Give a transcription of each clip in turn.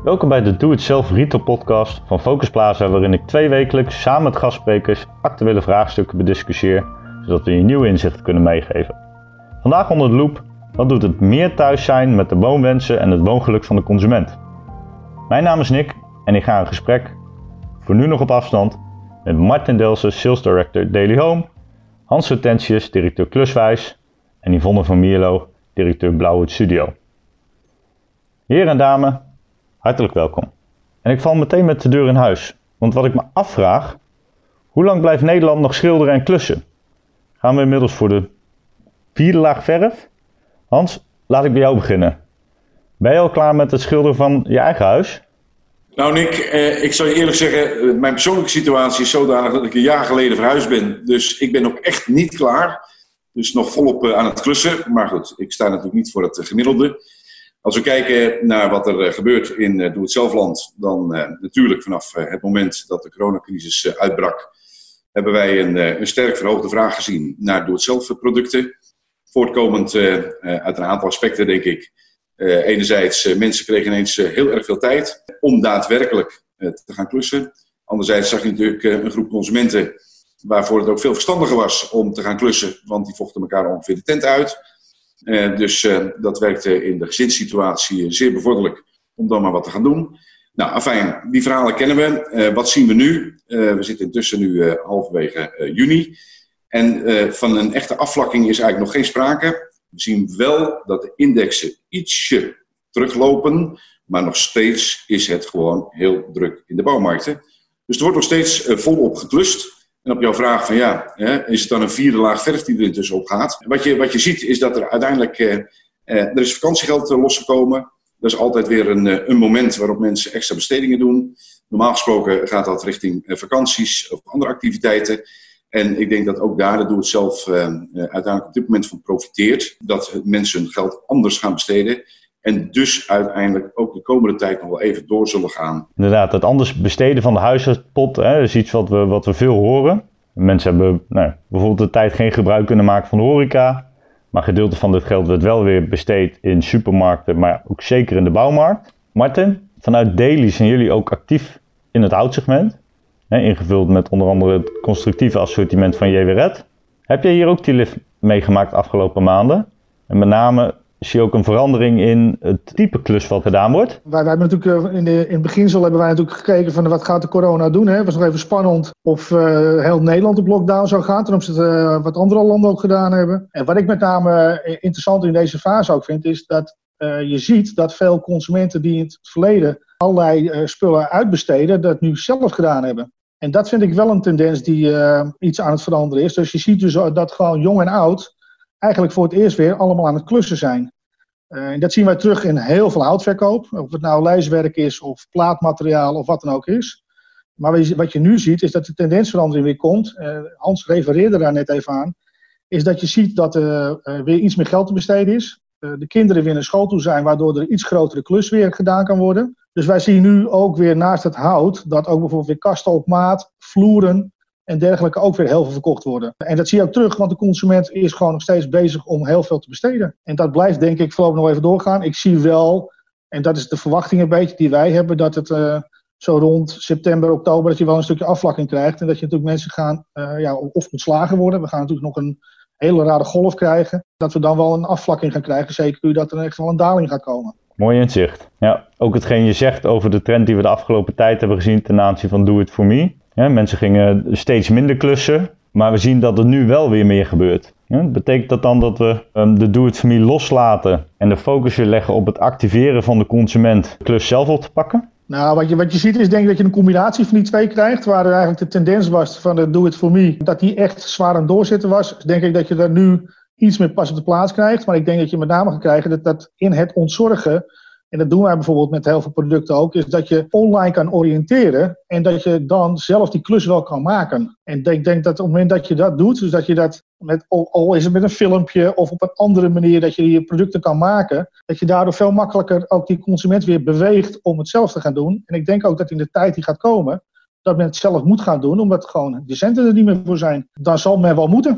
Welkom bij de Doe Het Zelf Retail podcast van Focus Plaza, waarin ik 2 wekelijks samen met gastsprekers actuele vraagstukken bediscussieer, zodat we je nieuwe inzichten kunnen meegeven. Vandaag onder de loep: wat doet het meer thuis zijn met de woonwensen en het woongeluk van de consument? Mijn naam is Nick en ik ga in gesprek, voor nu nog op afstand, met Martin Delsen, Sales Director Daily Home, Hans Hortensius, directeur Kluswijs en Yvonne van Mierlo, directeur Blauwhoed Studio. Heren en dames, hartelijk welkom. En ik val meteen met de deur in huis, want wat ik me afvraag: hoe lang blijft Nederland nog schilderen en klussen? Gaan we inmiddels voor de 4e laag verf? Hans, laat ik bij jou beginnen. Ben je al klaar met het schilderen van je eigen huis? Nou Nick, ik zal je eerlijk zeggen, mijn persoonlijke situatie is zodanig dat ik een jaar geleden verhuisd ben. Dus ik ben nog echt niet klaar. Dus nog volop aan het klussen. Maar goed, ik sta natuurlijk niet voor het gemiddelde. Als we kijken naar wat er gebeurt in Doe-het-zelfland, dan natuurlijk vanaf het moment dat de coronacrisis uitbrak, hebben wij een sterk verhoogde vraag gezien naar Doe-het-zelf producten. Voortkomend uit een aantal aspecten, denk ik. Enerzijds, mensen kregen ineens heel erg veel tijd om daadwerkelijk te gaan klussen. Anderzijds zag je natuurlijk een groep consumenten waarvoor het ook veel verstandiger was om te gaan klussen, want die vochten elkaar ongeveer de tent uit. Dus dat werkte in de gezinssituatie zeer bevorderlijk om dan maar wat te gaan doen. Nou, afijn, die verhalen kennen we. Wat zien we nu? We zitten intussen nu halverwege juni. En van een echte afvlakking is eigenlijk nog geen sprake. We zien wel dat de indexen ietsje teruglopen, maar nog steeds is het gewoon heel druk in de bouwmarkten. Dus er wordt nog steeds volop geklust. En op jouw vraag van is het dan een 4e laag verf die er intussen op gaat? Wat je ziet is dat er uiteindelijk, er is vakantiegeld losgekomen. Dat is altijd weer een moment waarop mensen extra bestedingen doen. Normaal gesproken gaat dat richting vakanties of andere activiteiten. En ik denk dat ook daar de Doe-het-zelf uiteindelijk op dit moment van profiteert. Dat mensen hun geld anders gaan besteden. En dus uiteindelijk ook de komende tijd nog wel even door zullen gaan. Inderdaad, het anders besteden van de huishoudpot is iets wat we veel horen. Mensen hebben bijvoorbeeld de tijd geen gebruik kunnen maken van de horeca. Maar gedeelte van dit geld werd wel weer besteed in supermarkten, maar ook zeker in de bouwmarkt. Martin, vanuit Daily zijn jullie ook actief in het houtsegment. Ingevuld met onder andere het constructieve assortiment van JW Red. Heb jij hier ook die lift meegemaakt de afgelopen maanden? En met name zie je ook een verandering in het type klus wat gedaan wordt? Wij hebben natuurlijk in het beginsel hebben wij natuurlijk gekeken van wat gaat de corona doen. Het was nog even spannend of heel Nederland op lockdown zou gaan, ten opzichte wat andere landen ook gedaan hebben. En wat ik met name interessant in deze fase ook vind, is dat je ziet dat veel consumenten die in het verleden allerlei spullen uitbesteden, dat nu zelf gedaan hebben. En dat vind ik wel een tendens die iets aan het veranderen is. Dus je ziet dus dat gewoon jong en oud eigenlijk voor het eerst weer allemaal aan het klussen zijn. En dat zien wij terug in heel veel houtverkoop. Of het nou lijstwerk is of plaatmateriaal of wat dan ook is. Maar wat je nu ziet is dat de tendensverandering weer komt. Hans refereerde daar net even aan. Is dat je ziet dat er weer iets meer geld te besteden is. De kinderen weer naar school toe zijn, waardoor er iets grotere klus weer gedaan kan worden. Dus wij zien nu ook weer naast het hout dat ook bijvoorbeeld weer kasten op maat, vloeren en dergelijke ook weer heel veel verkocht worden. En dat zie je ook terug, want de consument is gewoon nog steeds bezig om heel veel te besteden. En dat blijft denk ik voorlopig nog even doorgaan. Ik zie wel, en dat is de verwachting een beetje die wij hebben, dat het zo rond september, oktober, dat je wel een stukje afvlakking krijgt. En dat je natuurlijk mensen gaan of ontslagen worden. We gaan natuurlijk nog een hele rare golf krijgen. Dat we dan wel een afvlakking gaan krijgen. Zeker nu dat er echt wel een daling gaat komen. Mooi inzicht. Ja, ook hetgeen je zegt over de trend die we de afgelopen tijd hebben gezien ten aanzien van Do It For Me. Ja, mensen gingen steeds minder klussen, maar we zien dat er nu wel weer meer gebeurt. Ja, betekent dat dan dat we de Do It For Me loslaten en de focus weer leggen op het activeren van de consument, de klus zelf op te pakken? Nou, wat je ziet is denk ik dat je een combinatie van die twee krijgt. Waar er eigenlijk de tendens was van de Do It For Me, dat die echt zwaar aan het doorzetten was. Denk ik dat je daar nu iets meer pas op de plaats krijgt. Maar ik denk dat je met name gaat krijgen dat in het ontzorgen, en dat doen wij bijvoorbeeld met heel veel producten ook, is dat je online kan oriënteren en dat je dan zelf die klus wel kan maken. En ik denk dat op het moment dat je dat doet, dus dat je dat al is het met een filmpje of op een andere manier dat je je producten kan maken, dat je daardoor veel makkelijker ook die consument weer beweegt om het zelf te gaan doen. En ik denk ook dat in de tijd die gaat komen, dat men het zelf moet gaan doen, omdat gewoon de centen er niet meer voor zijn. Dan zal men wel moeten.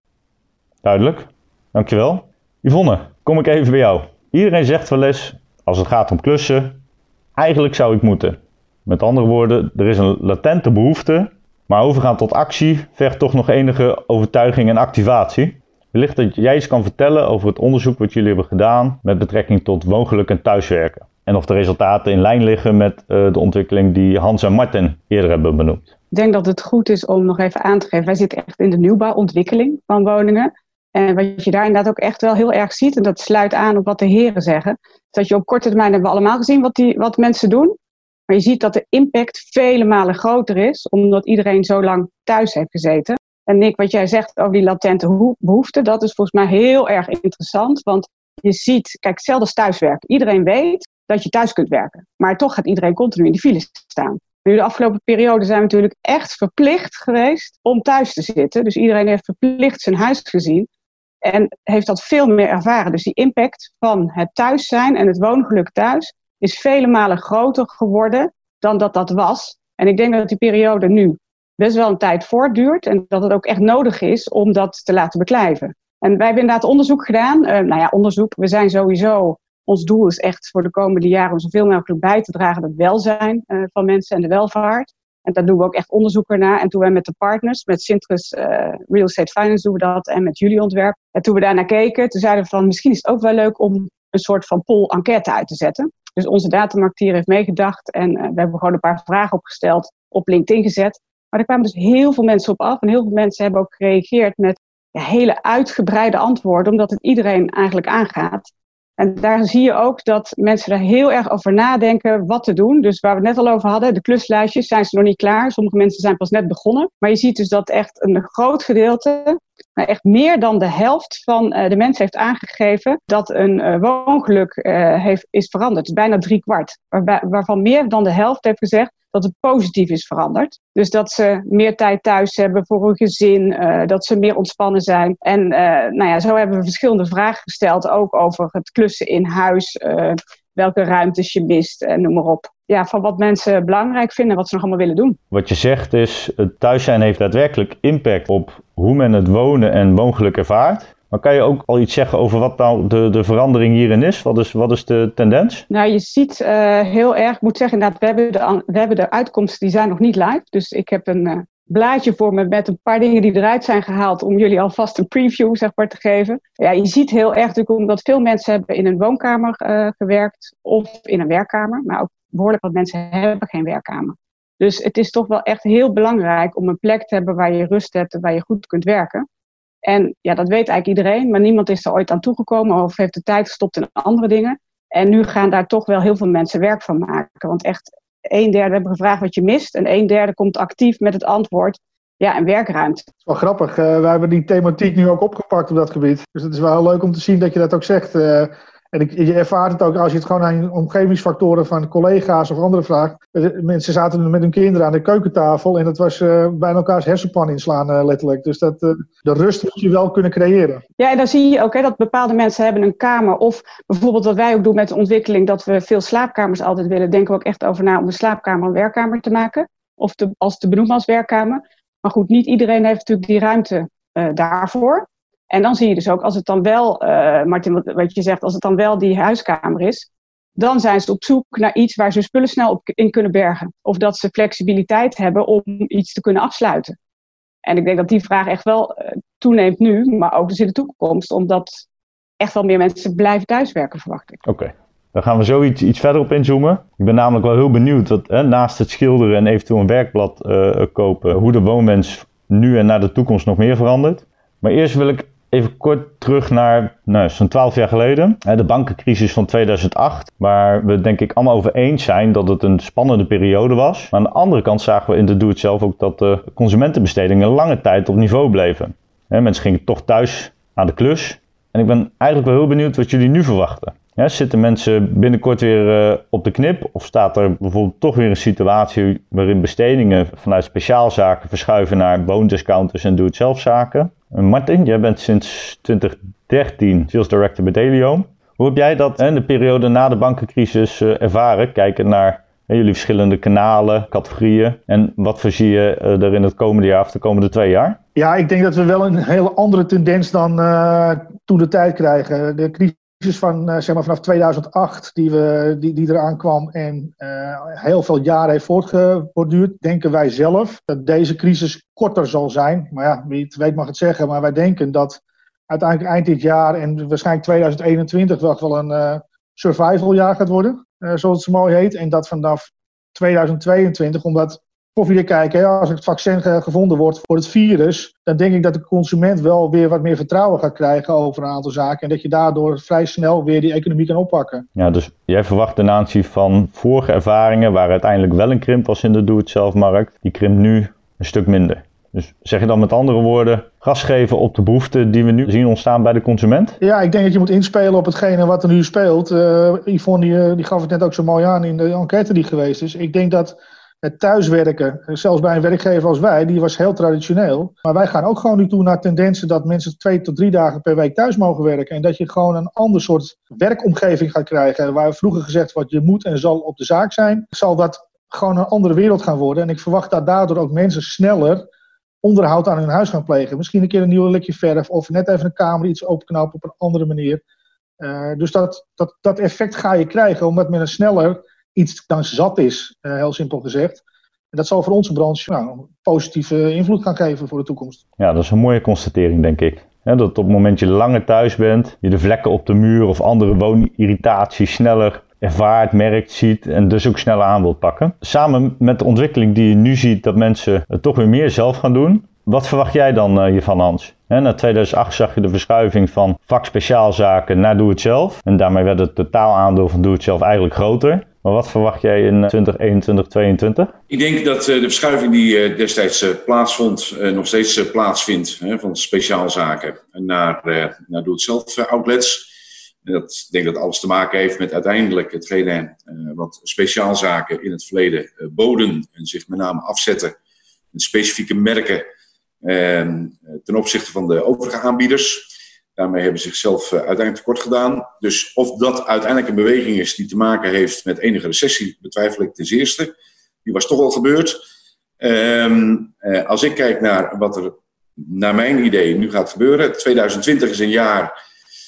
Duidelijk, dankjewel. Yvonne, kom ik even bij jou. Iedereen zegt wel eens, als het gaat om klussen, eigenlijk zou ik moeten. Met andere woorden, er is een latente behoefte, maar overgaan tot actie vergt toch nog enige overtuiging en activatie. Wellicht dat jij iets kan vertellen over het onderzoek wat jullie hebben gedaan met betrekking tot woongeluk en thuiswerken. En of de resultaten in lijn liggen met de ontwikkeling die Hans en Martin eerder hebben benoemd. Ik denk dat het goed is om nog even aan te geven, wij zitten echt in de nieuwbouwontwikkeling van woningen. En wat je daar inderdaad ook echt wel heel erg ziet, en dat sluit aan op wat de heren zeggen, is dat je op korte termijn hebben we allemaal gezien wat mensen doen. Maar je ziet dat de impact vele malen groter is, omdat iedereen zo lang thuis heeft gezeten. En Nick, wat jij zegt over die latente behoefte, dat is volgens mij heel erg interessant. Want je ziet, kijk, hetzelfde als thuiswerken. Iedereen weet dat je thuis kunt werken. Maar toch gaat iedereen continu in de file staan. Nu, de afgelopen periode zijn we natuurlijk echt verplicht geweest om thuis te zitten. Dus iedereen heeft verplicht zijn huis gezien. En heeft dat veel meer ervaren. Dus die impact van het thuis zijn en het woongeluk thuis is vele malen groter geworden dan dat was. En ik denk dat die periode nu best wel een tijd voortduurt. En dat het ook echt nodig is om dat te laten beklijven. En wij hebben inderdaad onderzoek gedaan. Onderzoek. We zijn sowieso, ons doel is echt voor de komende jaren om zoveel mogelijk bij te dragen aan het welzijn van mensen en de welvaart. En daar doen we ook echt onderzoek naar. En toen wij met de partners, met Syntrus Real Estate Finance doen we dat en met jullie ontwerp. En toen we daarnaar keken, toen zeiden we van misschien is het ook wel leuk om een soort van poll-enquête uit te zetten. Dus onze datamarketeer heeft meegedacht en we hebben gewoon een paar vragen opgesteld, op LinkedIn gezet. Maar er kwamen dus heel veel mensen op af en heel veel mensen hebben ook gereageerd met hele uitgebreide antwoorden, omdat het iedereen eigenlijk aangaat. En daar zie je ook dat mensen er heel erg over nadenken wat te doen. Dus waar we het net al over hadden, de kluslijstjes zijn ze nog niet klaar. Sommige mensen zijn pas net begonnen. Maar je ziet dus dat echt een groot gedeelte, echt meer dan de helft van de mensen heeft aangegeven dat een woongeluk is veranderd. Dus bijna 3/4. Waarvan meer dan de helft heeft gezegd dat het positief is veranderd. Dus dat ze meer tijd thuis hebben voor hun gezin, dat ze meer ontspannen zijn. En zo hebben we verschillende vragen gesteld, ook over het klussen in huis, welke ruimtes je mist, noem maar op. Ja, van wat mensen belangrijk vinden, wat ze nog allemaal willen doen. Wat je zegt is, het thuis zijn heeft daadwerkelijk impact op hoe men het wonen en woongeluk ervaart. Maar kan je ook al iets zeggen over wat nou de verandering hierin is? Wat is de tendens? Nou, je ziet heel erg, ik moet zeggen inderdaad, we hebben de uitkomsten, die zijn nog niet live. Dus ik heb een blaadje voor me met een paar dingen die eruit zijn gehaald om jullie alvast een preview zeg maar te geven. Ja, je ziet heel erg natuurlijk omdat veel mensen hebben in een woonkamer gewerkt of in een werkkamer. Maar ook behoorlijk wat mensen hebben geen werkkamer. Dus het is toch wel echt heel belangrijk om een plek te hebben waar je rust hebt en waar je goed kunt werken. En ja, dat weet eigenlijk iedereen, maar niemand is er ooit aan toegekomen of heeft de tijd gestopt in andere dingen. En nu gaan daar toch wel heel veel mensen werk van maken. Want echt 1/3 hebben gevraagd wat je mist en 1/3 komt actief met het antwoord, ja, een werkruimte. Dat is wel grappig. We hebben die thematiek nu ook opgepakt op dat gebied. Dus het is wel leuk om te zien dat je dat ook zegt. En je ervaart het ook als je het gewoon aan omgevingsfactoren van collega's of anderen vraagt. Mensen zaten met hun kinderen aan de keukentafel en dat was bijna elkaars hersenpan inslaan letterlijk. Dus de rust moet je wel kunnen creëren. Ja, en dan zie je ook dat bepaalde mensen hebben een kamer. Of bijvoorbeeld wat wij ook doen met de ontwikkeling, dat we veel slaapkamers altijd willen. Denken we ook echt over na om een slaapkamer een werkkamer te maken. Of als te benoemen als werkkamer. Maar goed, niet iedereen heeft natuurlijk die ruimte daarvoor. En dan zie je dus ook, als het dan wel, Martin, wat je zegt, als het dan wel die huiskamer is, dan zijn ze op zoek naar iets waar ze spullen snel in kunnen bergen. Of dat ze flexibiliteit hebben om iets te kunnen afsluiten. En ik denk dat die vraag echt wel toeneemt nu, maar ook dus in de toekomst, omdat echt wel meer mensen blijven thuiswerken, verwacht ik. Oké. Daar gaan we zo iets verder op inzoomen. Ik ben namelijk wel heel benieuwd, naast het schilderen en eventueel een werkblad kopen, hoe de woonmens nu en naar de toekomst nog meer verandert. Maar eerst wil ik even kort terug naar zo'n 12 jaar geleden. De bankencrisis van 2008. Waar we denk ik allemaal over eens zijn dat het een spannende periode was. Maar aan de andere kant zagen we in de doe-het-zelf ook dat de consumentenbestedingen lange tijd op niveau bleven. Mensen gingen toch thuis aan de klus. En ik ben eigenlijk wel heel benieuwd wat jullie nu verwachten. Zitten mensen binnenkort weer op de knip? Of staat er bijvoorbeeld toch weer een situatie waarin bestedingen vanuit speciaalzaken verschuiven naar woondiscounters en doe-het-zelf-zaken? Martin, jij bent sinds 2013 Sales Director bij Delio. Hoe heb jij dat in de periode na de bankencrisis ervaren? Kijken naar jullie verschillende kanalen, categorieën. En wat voorzie je er in het komende jaar of de komende 2 jaar? Ja, ik denk dat we wel een hele andere tendens dan toen de tijd krijgen. De crisis van zeg maar vanaf 2008 die eraan kwam en heel veel jaren heeft voortgeduurd, denken wij zelf dat deze crisis korter zal zijn. Maar ja, wie het weet mag het zeggen, maar wij denken dat uiteindelijk eind dit jaar en waarschijnlijk 2021 wel een survival jaar gaat worden, zoals het zo mooi heet. En dat vanaf 2022, omdat koffiedik kijken, als het vaccin gevonden wordt voor het virus, dan denk ik dat de consument wel weer wat meer vertrouwen gaat krijgen over een aantal zaken en dat je daardoor vrij snel weer die economie kan oppakken. Ja, dus jij verwacht ten aanzien van vorige ervaringen, waar uiteindelijk wel een krimp was in de doe-het-zelf-markt, die krimpt nu een stuk minder. Dus zeg je dan met andere woorden, gas geven op de behoeften die we nu zien ontstaan bij de consument? Ja, ik denk dat je moet inspelen op hetgene wat er nu speelt. Yvonne die gaf het net ook zo mooi aan in de enquête die geweest is. Ik denk dat het thuiswerken, zelfs bij een werkgever als wij, die was heel traditioneel. Maar wij gaan ook gewoon nu toe naar tendensen dat mensen 2 tot 3 dagen per week thuis mogen werken. En dat je gewoon een ander soort werkomgeving gaat krijgen. Waar vroeger gezegd wordt, je moet en zal op de zaak zijn. Zal dat gewoon een andere wereld gaan worden. En ik verwacht dat daardoor ook mensen sneller onderhoud aan hun huis gaan plegen. Misschien een keer een nieuw likje verf of net even een kamer iets openknappen op een andere manier. Dus dat effect ga je krijgen omdat men sneller iets dan zat is, heel simpel gezegd. En dat zal voor onze branche een positieve invloed gaan geven voor de toekomst. Ja, dat is een mooie constatering, denk ik. Dat op het moment je langer thuis bent, je de vlekken op de muur of andere woonirritatie sneller ervaart, merkt, ziet en dus ook sneller aan wilt pakken. Samen met de ontwikkeling die je nu ziet dat mensen het toch weer meer zelf gaan doen. Wat verwacht jij dan hiervan, Hans? Na 2008 zag je de verschuiving van vakspeciaalzaken naar doe-het-zelf. En daarmee werd het totaalaandeel van doe-het-zelf eigenlijk groter. Maar wat verwacht jij in 2021, 2022? Ik denk dat de verschuiving die destijds plaatsvond, nog steeds plaatsvindt. Van speciaalzaken naar doe-het-zelf outlets. Ik denk dat alles te maken heeft met uiteindelijk hetgene wat speciaalzaken in het verleden boden. En zich met name afzetten met specifieke merken ten opzichte van de overige aanbieders. Daarmee hebben ze zichzelf uiteindelijk tekort gedaan. Dus of dat uiteindelijk een beweging is die te maken heeft met enige recessie, betwijfel ik ten zeerste. Die was toch al gebeurd. Als ik kijk naar wat er naar mijn idee nu gaat gebeuren. 2020 is een jaar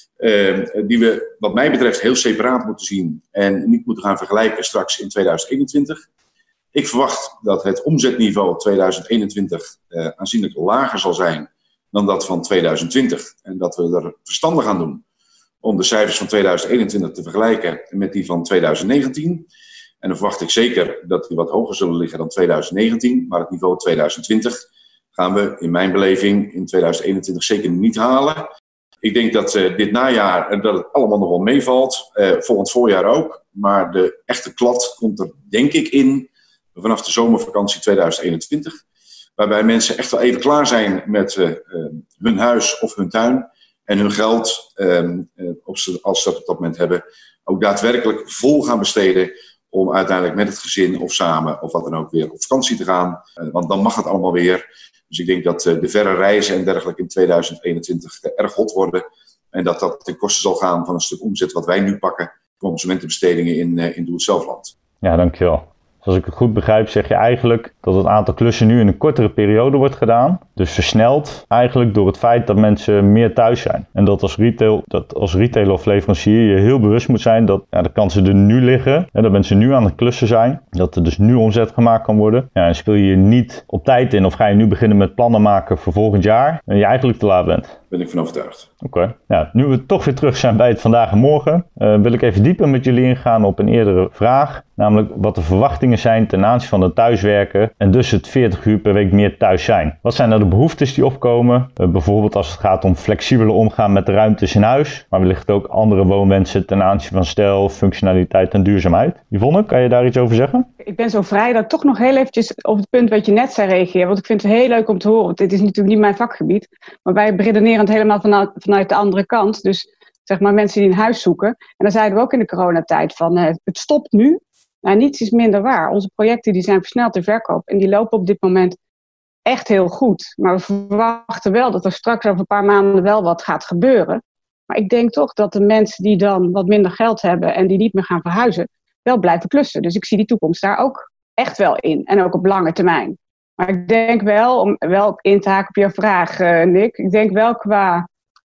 die we wat mij betreft heel separaat moeten zien. En niet moeten gaan vergelijken straks in 2021. Ik verwacht dat het omzetniveau 2021 aanzienlijk lager zal zijn dan dat van 2020. En dat we er verstandig aan doen om de cijfers van 2021 te vergelijken met die van 2019. En dan verwacht ik zeker dat die wat hoger zullen liggen dan 2019. Maar het niveau 2020 gaan we in mijn beleving in 2021 zeker niet halen. Ik denk dat dit najaar dat het allemaal nog wel meevalt. Volgend voorjaar ook. Maar de echte klad komt er denk ik in vanaf de zomervakantie 2021. Waarbij mensen echt wel even klaar zijn met hun huis of hun tuin. En hun geld, als ze dat op dat moment hebben, ook daadwerkelijk vol gaan besteden. Om uiteindelijk met het gezin of samen of wat dan ook weer op vakantie te gaan. Want dan mag het allemaal weer. Dus ik denk dat de verre reizen en dergelijke in 2021 erg hot worden. En dat dat ten koste zal gaan van een stuk omzet wat wij nu pakken. Consumentenbestedingen in doe-het-zelfland. Ja, dankjewel. Als ik het goed begrijp, zeg je eigenlijk dat het aantal klussen nu in een kortere periode wordt gedaan. Dus versneld eigenlijk door het feit dat mensen meer thuis zijn. En dat als retailer of leverancier je heel bewust moet zijn dat de kansen er nu liggen. En dat mensen nu aan het klussen zijn. Dat er dus nu omzet gemaakt kan worden. Ja, en speel je hier niet op tijd in of ga je nu beginnen met plannen maken voor volgend jaar. En je eigenlijk te laat bent. Ben ik van overtuigd. Oké. Ja, nu we toch weer terug zijn bij het vandaag en morgen, wil ik even dieper met jullie ingaan op een eerdere vraag. Namelijk wat de verwachtingen zijn ten aanzien van het thuiswerken en dus het 40 uur per week meer thuis zijn. Wat zijn nou de behoeftes die opkomen? Bijvoorbeeld als het gaat om flexibeler omgaan met de ruimtes in huis. Maar wellicht ook andere woonwensen ten aanzien van stijl, functionaliteit en duurzaamheid. Yvonne, kan je daar iets over zeggen? Ik ben zo vrij dat ik toch nog heel eventjes op het punt wat je net zei reageer. Want ik vind het heel leuk om te horen. Want dit is natuurlijk niet mijn vakgebied. Maar wij redeneren het helemaal vanuit de andere kant. Dus zeg maar mensen die een huis zoeken. En dan zeiden we ook in de coronatijd van het stopt nu. Nou, niets is minder waar. Onze projecten die zijn versneld in verkoop. En die lopen op dit moment echt heel goed. Maar we verwachten wel dat er straks over een paar maanden wel wat gaat gebeuren. Maar ik denk toch dat de mensen die dan wat minder geld hebben en die niet meer gaan verhuizen, wel blijven klussen. Dus ik zie die toekomst daar ook echt wel in. En ook op lange termijn. Maar ik denk wel, om wel in te haken op jouw vraag, Nick. Ik denk wel qua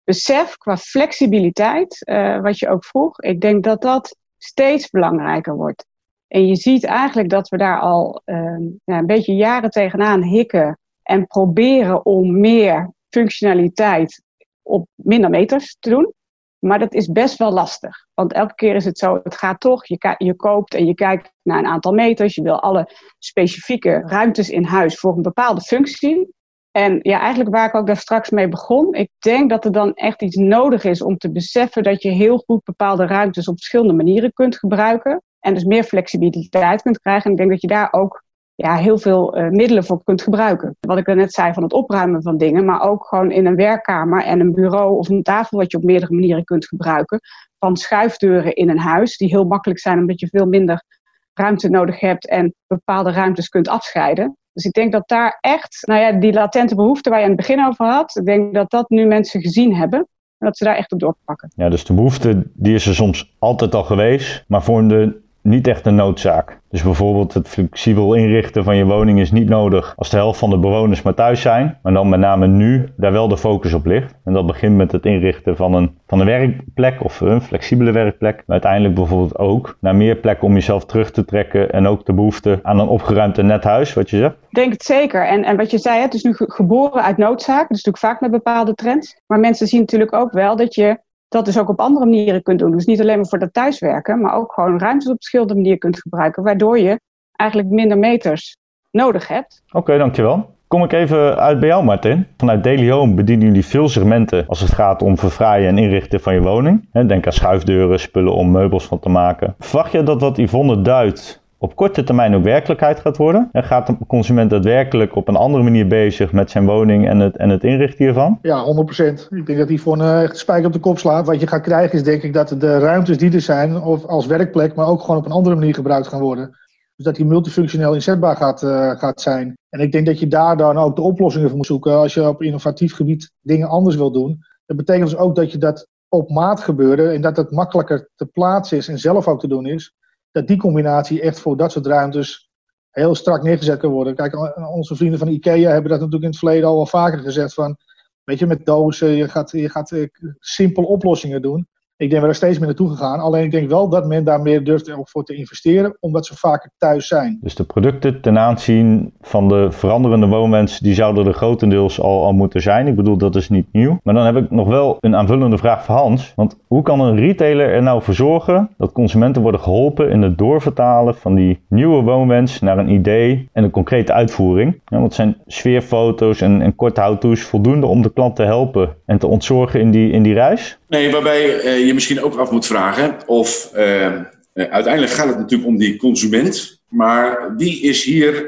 besef qua flexibiliteit, wat je ook vroeg, ik denk dat dat steeds belangrijker wordt. En je ziet eigenlijk dat we daar al een beetje jaren tegenaan hikken en proberen om meer functionaliteit op minder meters te doen. Maar dat is best wel lastig. Want elke keer is het zo, het gaat toch, je koopt en je kijkt naar een aantal meters. Je wil alle specifieke ruimtes in huis voor een bepaalde functie. En ja, eigenlijk waar ik ook daar straks mee begon. Ik denk dat er dan echt iets nodig is om te beseffen dat je heel goed bepaalde ruimtes op verschillende manieren kunt gebruiken. En dus meer flexibiliteit kunt krijgen. En ik denk dat je daar ook heel veel middelen voor kunt gebruiken. Wat ik net zei van het opruimen van dingen. Maar ook gewoon in een werkkamer en een bureau of een tafel wat je op meerdere manieren kunt gebruiken. Van schuifdeuren in een huis die heel makkelijk zijn omdat je veel minder ruimte nodig hebt en bepaalde ruimtes kunt afscheiden. Dus ik denk dat daar echt, die latente behoefte waar je aan het begin over had, ik denk dat dat nu mensen gezien hebben en dat ze daar echt op doorpakken. Ja, dus de behoefte die is er soms altijd al geweest, maar vormde niet echt een noodzaak. Dus bijvoorbeeld het flexibel inrichten van je woning is niet nodig als de helft van de bewoners maar thuis zijn. Maar dan met name nu daar wel de focus op ligt. En dat begint met het inrichten van een werkplek of een flexibele werkplek. Maar uiteindelijk bijvoorbeeld ook naar meer plekken om jezelf terug te trekken. En ook de behoefte aan een opgeruimd en net huis, wat je zegt. Ik denk het zeker. En wat je zei, het is nu geboren uit noodzaak. Dat is natuurlijk vaak met bepaalde trends. Maar mensen zien natuurlijk ook wel dat je dat dus ook op andere manieren kunt doen. Dus niet alleen maar voor dat thuiswerken, maar ook gewoon ruimtes op verschillende manieren kunt gebruiken, waardoor je eigenlijk minder meters nodig hebt. Oké, dankjewel. Kom ik even uit bij jou, Martin. Vanuit Daily Home bedienen jullie veel segmenten als het gaat om verfraaien en inrichten van je woning. Denk aan schuifdeuren, spullen om meubels van te maken. Verwacht je dat wat Yvonne duidt op korte termijn ook werkelijkheid gaat worden? En gaat de consument daadwerkelijk op een andere manier bezig met zijn woning en het inrichten hiervan? Ja, 100%. Ik denk dat Yvonne echt de spijker op de kop slaat. Wat je gaat krijgen is denk ik dat de ruimtes die er zijn, of als werkplek, maar ook gewoon op een andere manier gebruikt gaan worden. Dus dat die multifunctioneel inzetbaar gaat zijn. En ik denk dat je daar dan ook de oplossingen voor moet zoeken als je op innovatief gebied dingen anders wil doen. Dat betekent dus ook dat je dat op maat gebeuren en dat het makkelijker te plaatsen is en zelf ook te doen is. Dat die combinatie echt voor dat soort ruimtes heel strak neergezet kan worden. Kijk, onze vrienden van IKEA hebben dat natuurlijk in het verleden al wel vaker gezegd van, weet je, met dozen, je gaat simpele oplossingen doen. Ik denk we er steeds meer naartoe gegaan. Alleen ik denk wel dat men daar meer durft voor te investeren, omdat ze vaker thuis zijn. Dus de producten ten aanzien van de veranderende woonwens, die zouden er grotendeels al moeten zijn. Ik bedoel, dat is niet nieuw. Maar dan heb ik nog wel een aanvullende vraag voor Hans. Want hoe kan een retailer er nou voor zorgen dat consumenten worden geholpen in het doorvertalen van die nieuwe woonwens naar een idee en een concrete uitvoering? Ja, want zijn sfeerfoto's en korte how-to's voldoende om de klant te helpen en te ontzorgen in die reis? Nee, waarbij je misschien ook af moet vragen of uiteindelijk gaat het natuurlijk om die consument, maar wie is hier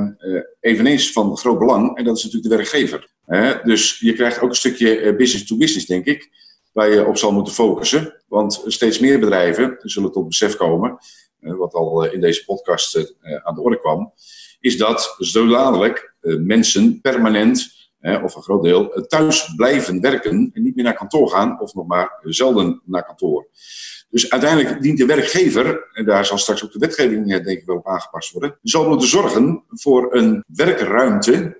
eveneens van groot belang en dat is natuurlijk de werkgever. Dus je krijgt ook een stukje business to business, denk ik, waar je op zal moeten focussen. Want steeds meer bedrijven zullen tot besef komen, wat al in deze podcast aan de orde kwam, is dat zo dadelijk mensen permanent of een groot deel thuis blijven werken en niet meer naar kantoor gaan of nog maar zelden naar kantoor. Dus uiteindelijk dient de werkgever, en daar zal straks ook de wetgeving denk ik wel op aangepast worden, zal moeten zorgen voor een werkruimte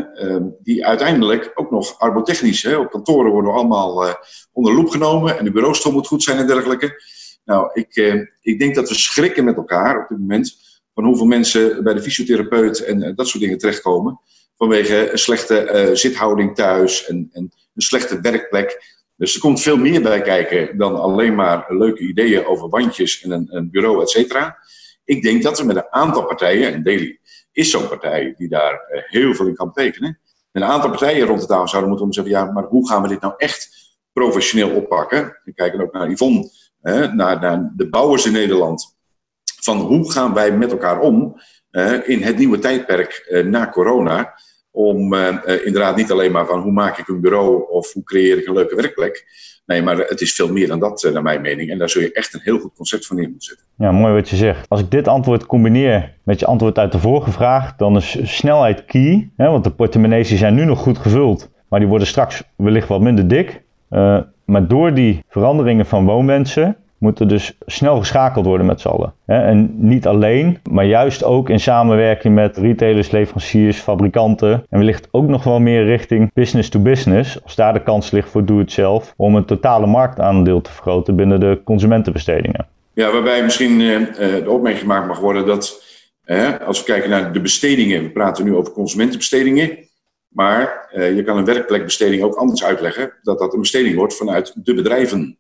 die uiteindelijk ook nog arbotechnisch, op kantoren worden allemaal onder loep genomen en de bureaustoel moet goed zijn en dergelijke. Nou, ik denk dat we schrikken met elkaar op dit moment van hoeveel mensen bij de fysiotherapeut en dat soort dingen terechtkomen. Vanwege een slechte zithouding thuis en een slechte werkplek. Dus er komt veel meer bij kijken dan alleen maar leuke ideeën over wandjes en een bureau, et cetera. Ik denk dat we met een aantal partijen, en Daily is zo'n partij die daar heel veel in kan betekenen. Met een aantal partijen rond de tafel zouden moeten zeggen, ja, maar hoe gaan we dit nou echt professioneel oppakken? We kijken ook naar Yvonne, naar de bouwers in Nederland. Van hoe gaan wij met elkaar om in het nieuwe tijdperk na corona, om inderdaad niet alleen maar van hoe maak ik een bureau of hoe creëer ik een leuke werkplek. Nee, maar het is veel meer dan dat naar mijn mening. En daar zul je echt een heel goed concept van neer moeten zetten. Ja, mooi wat je zegt. Als ik dit antwoord combineer met je antwoord uit de vorige vraag, dan is snelheid key. Want de portemonnees die zijn nu nog goed gevuld, maar die worden straks wellicht wat minder dik. Maar door die veranderingen van woonwensen moeten dus snel geschakeld worden met z'n allen. En niet alleen, maar juist ook in samenwerking met retailers, leveranciers, fabrikanten. En wellicht ook nog wel meer richting business to business, als daar de kans ligt voor do-it-zelf, om het totale marktaandeel te vergroten binnen de consumentenbestedingen. Ja, waarbij misschien de opmerking gemaakt mag worden dat, als we kijken naar de bestedingen, we praten nu over consumentenbestedingen, maar je kan een werkplekbesteding ook anders uitleggen, dat een besteding wordt vanuit de bedrijven.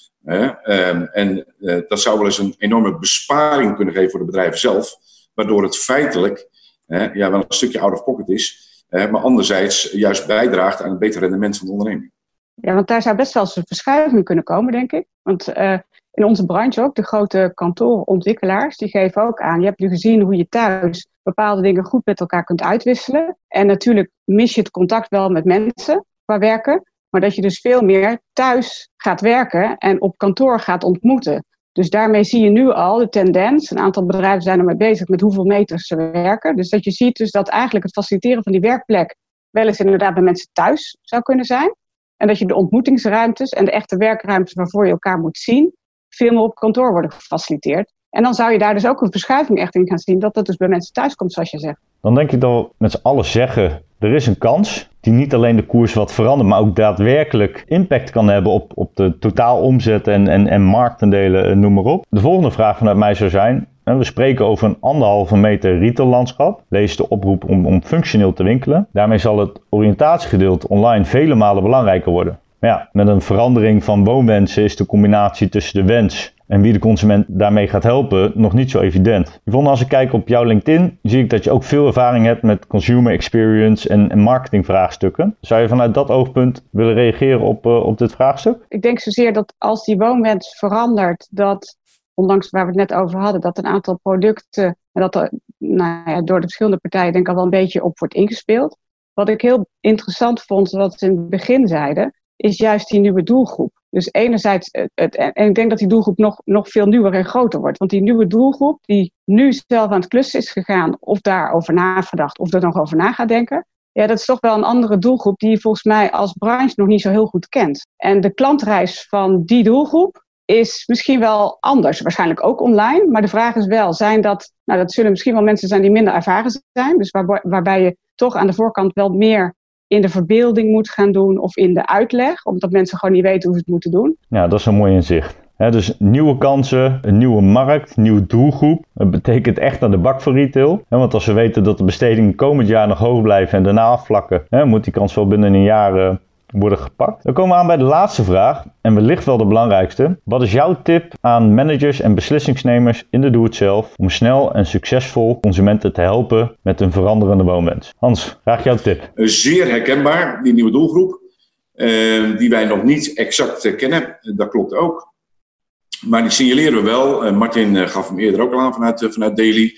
Dat zou wel eens een enorme besparing kunnen geven voor de bedrijven zelf, waardoor het feitelijk wel een stukje out of pocket is, maar anderzijds juist bijdraagt aan het beter rendement van de onderneming. Ja, want daar zou best wel eens een verschuiving kunnen komen, denk ik. Want in onze branche ook, de grote kantoorontwikkelaars, die geven ook aan. Je hebt nu gezien hoe je thuis bepaalde dingen goed met elkaar kunt uitwisselen. En natuurlijk mis je het contact wel met mensen qua werken. Maar dat je dus veel meer thuis gaat werken en op kantoor gaat ontmoeten. Dus daarmee zie je nu al de tendens. Een aantal bedrijven zijn ermee bezig met hoeveel meters ze werken. Dus dat je ziet dus dat eigenlijk het faciliteren van die werkplek wel eens inderdaad bij mensen thuis zou kunnen zijn. En dat je de ontmoetingsruimtes en de echte werkruimtes waarvoor je elkaar moet zien, veel meer op kantoor worden gefaciliteerd. En dan zou je daar dus ook een verschuiving echt in gaan zien, dat dat dus bij mensen thuis komt, zoals je zegt. Dan denk ik dat we met z'n allen zeggen, er is een kans die niet alleen de koers wat verandert, maar ook daadwerkelijk impact kan hebben op de totaal omzet en marktaandelen, noem maar op. De volgende vraag vanuit mij zou zijn, we spreken over een 1,5 meter retaillandschap. Lees de oproep om functioneel te winkelen. Daarmee zal het oriëntatiegedeelte online vele malen belangrijker worden. Maar ja, met een verandering van woonwensen is de combinatie tussen de wens en wie de consument daarmee gaat helpen nog niet zo evident. Yvonne, als ik kijk op jouw LinkedIn, zie ik dat je ook veel ervaring hebt met consumer experience en marketingvraagstukken. Zou je vanuit dat oogpunt willen reageren op dit vraagstuk? Ik denk zozeer dat als die woonwens verandert, dat, ondanks waar we het net over hadden, dat een aantal producten, en dat er door de verschillende partijen denk ik al wel een beetje op wordt ingespeeld. Wat ik heel interessant vond, wat ze in het begin zeiden, is juist die nieuwe doelgroep. Dus enerzijds, en ik denk dat die doelgroep nog veel nieuwer en groter wordt. Want die nieuwe doelgroep die nu zelf aan het klussen is gegaan, of daarover nagedacht, of er nog over na gaat denken. Ja, dat is toch wel een andere doelgroep die je volgens mij als branche nog niet zo heel goed kent. En de klantreis van die doelgroep is misschien wel anders. Waarschijnlijk ook online. Maar de vraag is wel, dat zullen misschien wel mensen zijn die minder ervaren zijn. Dus waarbij je toch aan de voorkant wel meer in de verbeelding moet gaan doen of in de uitleg, omdat mensen gewoon niet weten hoe ze het moeten doen. Ja, dat is een mooi inzicht. Dus nieuwe kansen, een nieuwe markt, een nieuwe doelgroep. Dat betekent echt aan de bak voor retail. Want als we weten dat de bestedingen komend jaar nog hoog blijven en daarna afvlakken, moet die kans wel binnen een jaar worden gepakt. Dan komen we aan bij de laatste vraag en wellicht wel de belangrijkste. Wat is jouw tip aan managers en beslissingsnemers in de doe-het-zelf om snel en succesvol consumenten te helpen met een veranderende woonwens? Hans, graag jouw tip. Zeer herkenbaar, die nieuwe doelgroep, die wij nog niet exact kennen. Dat klopt ook. Maar die signaleren we wel. Martin gaf hem eerder ook al aan vanuit Daily.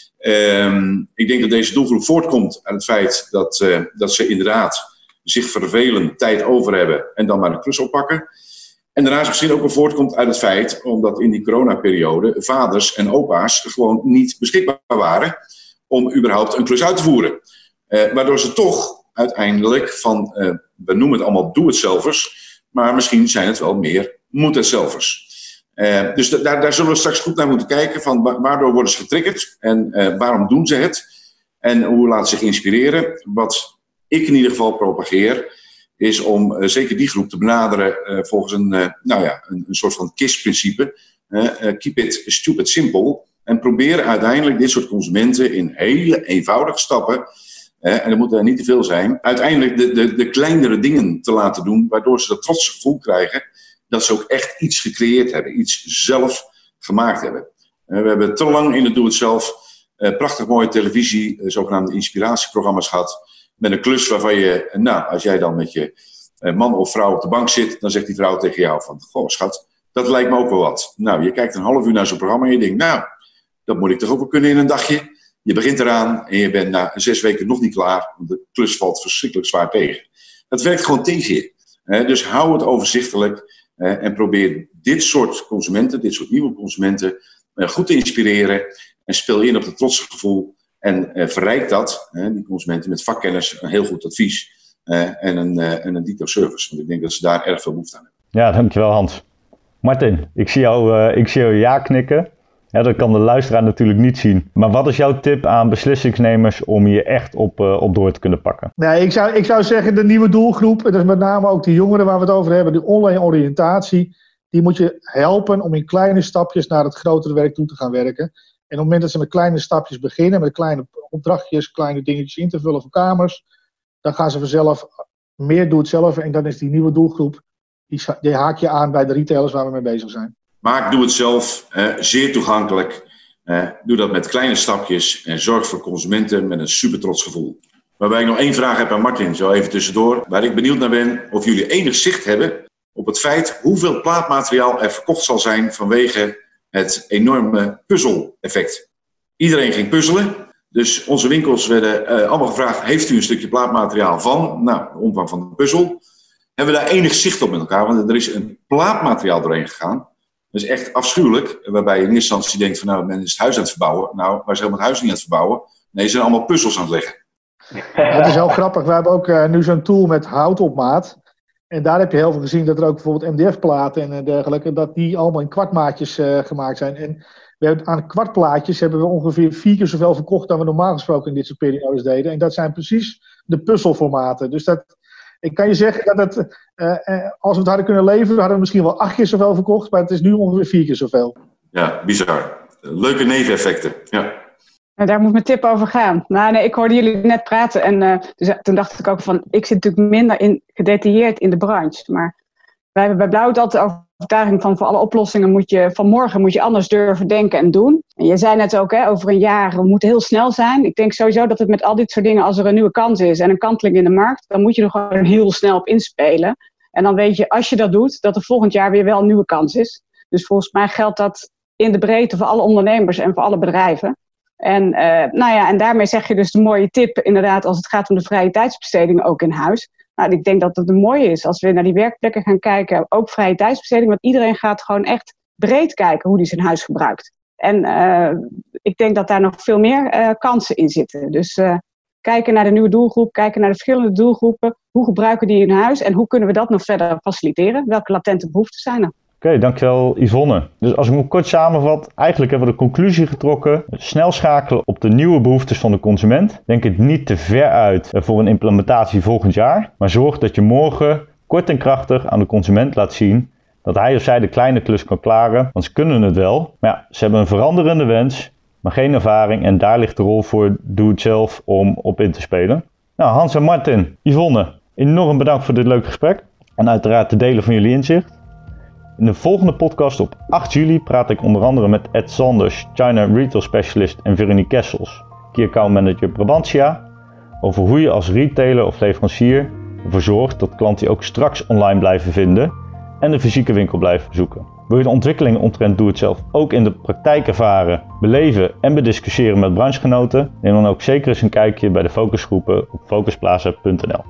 Ik denk dat deze doelgroep voortkomt uit het feit dat ze inderdaad zich vervelen, tijd over hebben en dan maar een klus oppakken. En daarnaast misschien ook wel voortkomt uit het feit, omdat in die coronaperiode vaders en opa's gewoon niet beschikbaar waren om überhaupt een klus uit te voeren. Waardoor ze toch uiteindelijk van, we noemen het allemaal doe-het-zelvers, maar misschien zijn het wel meer moet-het-zelvers. Dus daar zullen we straks goed naar moeten kijken van waardoor worden ze getriggerd en waarom doen ze het en hoe laten ze zich inspireren. Wat ik in ieder geval propageer, is om zeker die groep te benaderen volgens een soort van KISS-principe. Keep it stupid simple. En proberen uiteindelijk dit soort consumenten in hele eenvoudige stappen, en dat moet er niet te veel zijn, uiteindelijk de kleinere dingen te laten doen, waardoor ze dat trotse gevoel krijgen dat ze ook echt iets gecreëerd hebben, iets zelf gemaakt hebben. We hebben te lang in het doe-het-zelf prachtig mooie televisie, zogenaamde inspiratieprogramma's gehad, met een klus waarvan je, als jij dan met je man of vrouw op de bank zit, dan zegt die vrouw tegen jou van, goh schat, dat lijkt me ook wel wat. Nou, je kijkt een half uur naar zo'n programma en je denkt, dat moet ik toch ook wel kunnen in een dagje. Je begint eraan en je bent na 6 weken nog niet klaar, want de klus valt verschrikkelijk zwaar tegen. Dat werkt gewoon tegen je. Dus hou het overzichtelijk en probeer dit soort consumenten, dit soort nieuwe consumenten, goed te inspireren en speel in op het trotse gevoel. En verrijk dat, die consumenten, met vakkennis, een heel goed advies en een detail service. Want ik denk dat ze daar erg veel behoefte aan hebben. Ja, dankjewel Hans. Martin, ik zie jou ja knikken. Ja, dat kan de luisteraar natuurlijk niet zien. Maar wat is jouw tip aan beslissingsnemers om hier echt op door te kunnen pakken? Nee, ik zou zeggen de nieuwe doelgroep, en dat is met name ook die jongeren waar we het over hebben, die online oriëntatie, die moet je helpen om in kleine stapjes naar het grotere werk toe te gaan werken. En op het moment dat ze met kleine stapjes beginnen, met kleine opdrachtjes, kleine dingetjes in te vullen voor kamers, dan gaan ze vanzelf meer doen het zelf. En dan is die nieuwe doelgroep, die haak je aan bij de retailers waar we mee bezig zijn. Maak, doe het zelf, zeer toegankelijk. Doe dat met kleine stapjes en zorg voor consumenten met een super trots gevoel. Waarbij ik nog 1 vraag heb aan Martin, zo even tussendoor. Waar ik benieuwd naar ben of jullie enig zicht hebben op het feit hoeveel plaatmateriaal er verkocht zal zijn vanwege het enorme puzzel-effect. Iedereen ging puzzelen, dus onze winkels werden allemaal gevraagd, heeft u een stukje plaatmateriaal van? Nou, de omvang van de puzzel. Hebben we daar enig zicht op met elkaar, want er is een plaatmateriaal doorheen gegaan. Dat is echt afschuwelijk, waarbij je in eerste instantie denkt van nou, men is het huis aan het verbouwen. Nou, wij zijn helemaal het huis niet aan het verbouwen. Nee, ze zijn allemaal puzzels aan het leggen. Het is heel grappig, we hebben ook nu zo'n tool met hout op maat. En daar heb je heel veel gezien dat er ook bijvoorbeeld MDF-platen en dergelijke, dat die allemaal in kwartmaatjes gemaakt zijn. En aan kwartplaatjes hebben we ongeveer 4 keer zoveel verkocht dan we normaal gesproken in dit soort periodes deden. En dat zijn precies de puzzelformaten. Dus ik kan je zeggen dat als we het hadden kunnen leveren, hadden we misschien wel 8 keer zoveel verkocht, maar het is nu ongeveer 4 keer zoveel. Ja, bizar. Leuke neveneffecten. Ja. Daar moet mijn tip over gaan. Nou, nee, ik hoorde jullie net praten en dus, toen dacht ik ook van, ik zit natuurlijk minder gedetailleerd in de branche. Maar wij hebben bij Blauwhoed altijd de overtuiging van voor alle oplossingen van morgen moet je anders durven denken en doen. En je zei net ook, over een jaar, we moeten heel snel zijn. Ik denk sowieso dat het met al dit soort dingen, als er een nieuwe kans is en een kanteling in de markt, dan moet je er gewoon heel snel op inspelen. En dan weet je, als je dat doet, dat er volgend jaar weer wel een nieuwe kans is. Dus volgens mij geldt dat in de breedte voor alle ondernemers en voor alle bedrijven. En, en daarmee zeg je dus de mooie tip, inderdaad, als het gaat om de vrije tijdsbesteding ook in huis. Nou, ik denk dat het een mooie is als we naar die werkplekken gaan kijken, ook vrije tijdsbesteding, want iedereen gaat gewoon echt breed kijken hoe die zijn huis gebruikt. En ik denk dat daar nog veel meer kansen in zitten. Dus kijken naar de nieuwe doelgroep, kijken naar de verschillende doelgroepen, hoe gebruiken die hun huis en hoe kunnen we dat nog verder faciliteren? Welke latente behoeften zijn er? Oké, dankjewel Yvonne. Dus als ik me kort samenvat, eigenlijk hebben we de conclusie getrokken. Snel schakelen op de nieuwe behoeftes van de consument. Denk het niet te ver uit voor een implementatie volgend jaar. Maar zorg dat je morgen kort en krachtig aan de consument laat zien dat hij of zij de kleine klus kan klaren. Want ze kunnen het wel. Maar ja, ze hebben een veranderende wens, maar geen ervaring. En daar ligt de rol voor Doe-het-zelf om op in te spelen. Nou, Hans en Martin, Yvonne, enorm bedankt voor dit leuke gesprek. En uiteraard te delen van jullie inzicht. In de volgende podcast op 8 juli praat ik onder andere met Ed Sanders, China Retail Specialist en Veronique Kessels, Key Account Manager Brabantia, over hoe je als retailer of leverancier ervoor zorgt dat klanten je ook straks online blijven vinden en de fysieke winkel blijven bezoeken. Wil je de ontwikkelingen omtrent Doe-het-zelf ook in de praktijk ervaren, beleven en bediscussiëren met branchegenoten? Neem dan ook zeker eens een kijkje bij de focusgroepen op focusplaza.nl.